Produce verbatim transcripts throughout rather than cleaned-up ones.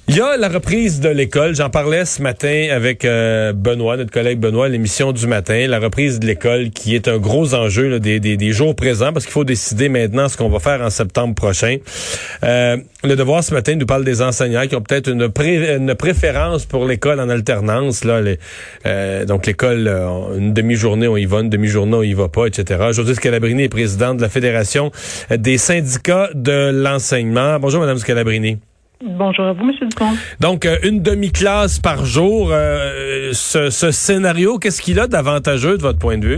Il y a la reprise de l'école. J'en parlais ce matin avec euh, Benoît, notre collègue Benoît, à l'émission du matin. La reprise de l'école qui est un gros enjeu là, des, des, des jours présents parce qu'il faut décider maintenant ce qu'on va faire en septembre prochain. Euh, le Devoir ce matin nous parle des enseignants qui ont peut-être une, pré, une préférence pour l'école en alternance. Là, les, euh, donc l'école, euh, une demi-journée on y va, une demi-journée on y va pas, et cetera. Josée Scalabrini est présidente de la Fédération des syndicats de l'enseignement. Bonjour, Madame Scalabrini. Bonjour à vous, M. Ducomte. Donc, euh, une demi-classe par jour, euh, ce, ce scénario, qu'est-ce qu'il a d'avantageux de votre point de vue?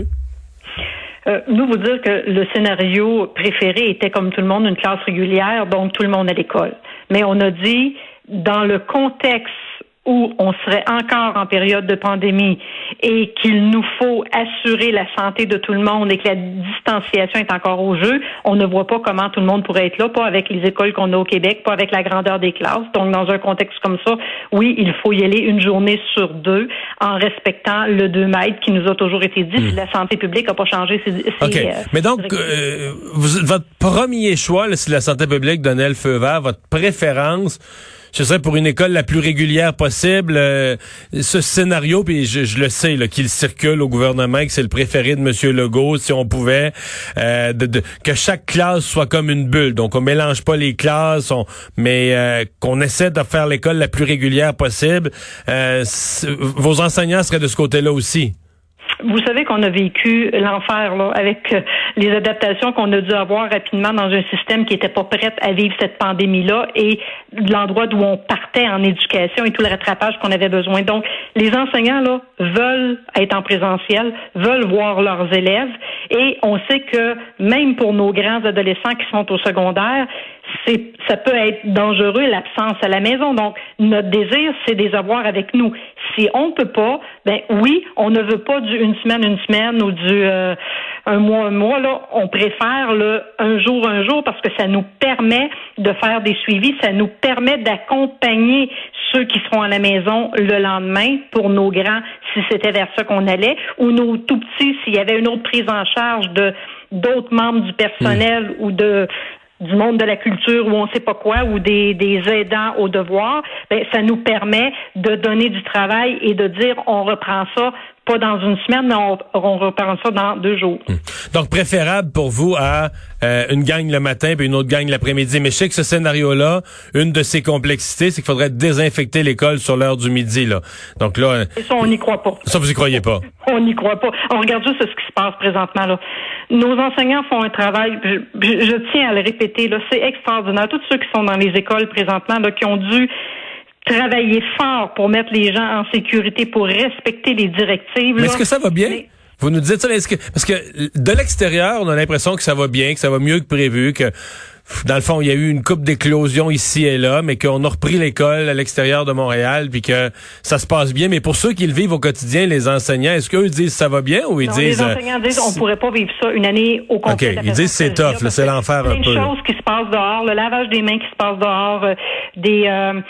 Euh, nous, vous dire que le scénario préféré était, comme tout le monde, une classe régulière, donc tout le monde à l'école. Mais on a dit, dans le contexte où on serait encore en période de pandémie et qu'il nous faut assurer la santé de tout le monde et que la distanciation est encore au jeu, on ne voit pas comment tout le monde pourrait être là, pas avec les écoles qu'on a au Québec, pas avec la grandeur des classes. Donc, dans un contexte comme ça, oui, il faut y aller une journée sur deux en respectant le deux mètres qui nous a toujours été dit. Mmh. Si la santé publique n'a pas changé, c'est... OK. Euh, Mais donc, euh, vous, votre premier choix, là, si la santé publique donnait le feu vert, votre préférence... ce serait pour une école la plus régulière possible. Euh, ce scénario, puis je, je le sais, là, qu'il circule au gouvernement, que c'est le préféré de M. Legault, si on pouvait, euh, de, de, que chaque classe soit comme une bulle. Donc, on mélange pas les classes, on, mais euh, qu'on essaie de faire l'école la plus régulière possible. Euh, vos enseignants seraient de ce côté-là aussi. Vous savez qu'on a vécu l'enfer là avec euh, les adaptations qu'on a dû avoir rapidement dans un système qui n'était pas prêt à vivre cette pandémie-là et l'endroit d'où on partait en éducation et tout le rattrapage qu'on avait besoin. Donc, les enseignants là veulent être en présentiel, veulent voir leurs élèves et on sait que même pour nos grands adolescents qui sont au secondaire, c'est, ça peut être dangereux l'absence à la maison. Donc, notre désir, c'est de les avoir avec nous. Si on peut pas, ben oui, on ne veut pas du une semaine, une semaine ou du euh, un mois, un mois. Là, on préfère le un jour, un jour parce que ça nous permet de faire des suivis, ça nous permet d'accompagner ceux qui seront à la maison le lendemain pour nos grands, si c'était vers ça qu'on allait, ou nos tout petits, s'il y avait une autre prise en charge de d'autres membres du personnel mmh. ou de du monde de la culture ou on sait pas quoi, ou des, des aidants au devoir, ben, ça nous permet de donner du travail et de dire on reprend ça pas dans une semaine, mais on, on reprend ça dans deux jours. Hum. Donc, préférable pour vous à euh, une gang le matin puis une autre gang l'après-midi. Mais je sais que ce scénario-là, une de ses complexités, c'est qu'il faudrait désinfecter l'école sur l'heure du midi. Là. Donc là... Et ça, on n'y croit pas. Ça, vous y croyez pas? On n'y croit pas. On regarde juste ce qui se passe présentement. Là. Nos enseignants font un travail, je, je, je tiens à le répéter, là, c'est extraordinaire. Tous ceux qui sont dans les écoles présentement, là, qui ont dû travailler fort pour mettre les gens en sécurité, pour respecter les directives. Mais là. est-ce que ça va bien? Mais... Vous nous dites ça, est-ce que, parce que de l'extérieur, on a l'impression que ça va bien, que ça va mieux que prévu, que dans le fond, il y a eu une couple d'éclosions ici et là, mais qu'on a repris l'école à l'extérieur de Montréal, puis que ça se passe bien. Mais pour ceux qui le vivent au quotidien, les enseignants, est-ce qu'eux disent ça va bien ou ils non, disent... Les enseignants euh, disent on pourrait pas vivre ça une année au complet. OK, ils disent c'est tough, là, c'est l'enfer un peu. Plein de choses qui se passent dehors, le lavage des mains qui se passe dehors, euh, des euh,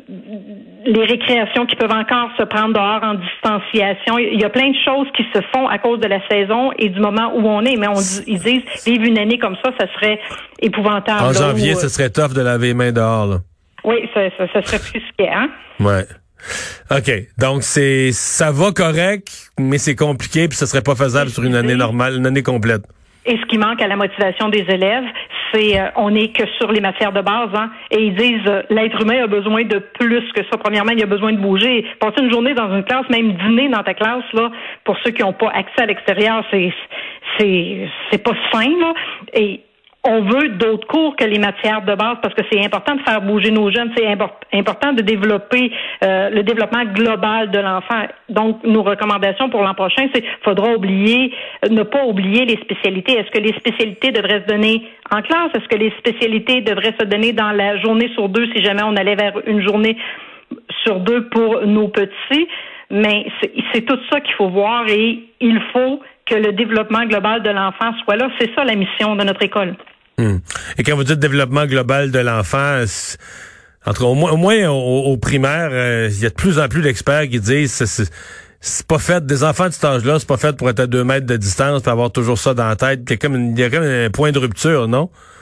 les récréations qui peuvent encore se prendre dehors en distanciation. Il y a plein de choses qui se font à cause de la saison et du moment où on est. Mais on dit, ils disent vivre une année comme ça, ça serait épouvantable. En là, janvier, où, ce serait tough de laver les mains dehors, là. Oui, ça, ça, ça serait plus scary, hein? Ouais. OK. Donc, c'est, ça va correct, mais c'est compliqué puis ce serait pas faisable sur une année normale, une année complète. Et ce qui manque à la motivation des élèves, c'est euh, on n'est que sur les matières de base, hein. Et ils disent euh, l'être humain a besoin de plus que ça. Premièrement, il a besoin de bouger. Passer une journée dans une classe, même dîner dans ta classe, là, pour ceux qui n'ont pas accès à l'extérieur, c'est c'est c'est pas sain, là. Et on veut d'autres cours que les matières de base parce que c'est important de faire bouger nos jeunes, c'est import- important de développer euh, le développement global de l'enfant. Donc, nos recommandations pour l'an prochain, c'est faudra oublier, ne pas oublier les spécialités. Est-ce que les spécialités devraient se donner en classe? Est-ce que les spécialités devraient se donner dans la journée sur deux si jamais on allait vers une journée sur deux pour nos petits? Mais c'est, c'est tout ça qu'il faut voir et il faut que le développement global de l'enfant soit là. C'est ça la mission de notre école. Hum. Et quand vous dites développement global de l'enfant, entre au moins au, moins, au, au primaire, il euh, y a de plus en plus d'experts qui disent c'est, c'est, c'est pas fait, des enfants de cet âge-là, c'est pas fait pour être à deux mètres de distance, pour avoir toujours ça dans la tête. Il y a comme, une, il y a comme un point de rupture, non?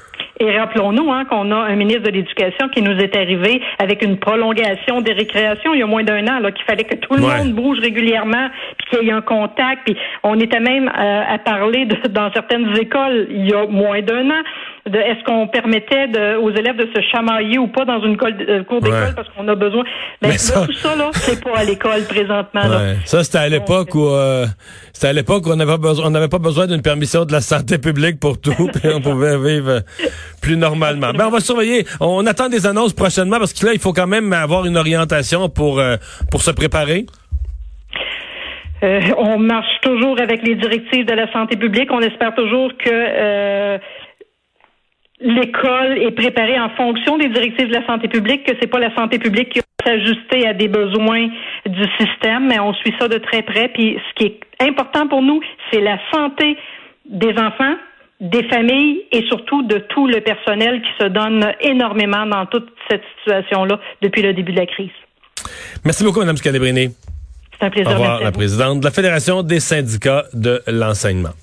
Et rappelons-nous hein, qu'on a un ministre de l'Éducation qui nous est arrivé avec une prolongation des récréations il y a moins d'un an, là, qu'il fallait que tout le ouais. monde bouge régulièrement, puis qu'il y ait un contact. Puis on était même euh, à parler de, dans certaines écoles il y a moins d'un an, de est-ce qu'on permettait de, aux élèves de se chamailler ou pas dans une cour, euh, cour d'école ouais. parce qu'on a besoin. Ben, Mais ça... Là, tout ça, là, c'est pas à l'école présentement. Ouais. Là. Ça, c'était à l'époque où euh, c'était à l'époque où on n'avait pas besoin, on n'avait pas besoin d'une permission de la santé publique pour tout, puis on pouvait vivre plus normalement. Ben, on va surveiller. On attend des annonces prochainement parce que là, il faut quand même avoir une orientation pour euh, pour se préparer. Euh, on marche toujours avec les directives de la santé publique. On espère toujours que euh, l'école est préparée en fonction des directives de la santé publique, que c'est pas la santé publique qui va s'ajuster à des besoins du système, mais on suit ça de très près. Puis ce qui est important pour nous, c'est la santé des enfants, des familles et surtout de tout le personnel qui se donne énormément dans toute cette situation-là depuis le début de la crise. Merci beaucoup, Mme Scalabrini. C'est un plaisir. Au revoir, la présidente de la Fédération des syndicats de l'enseignement.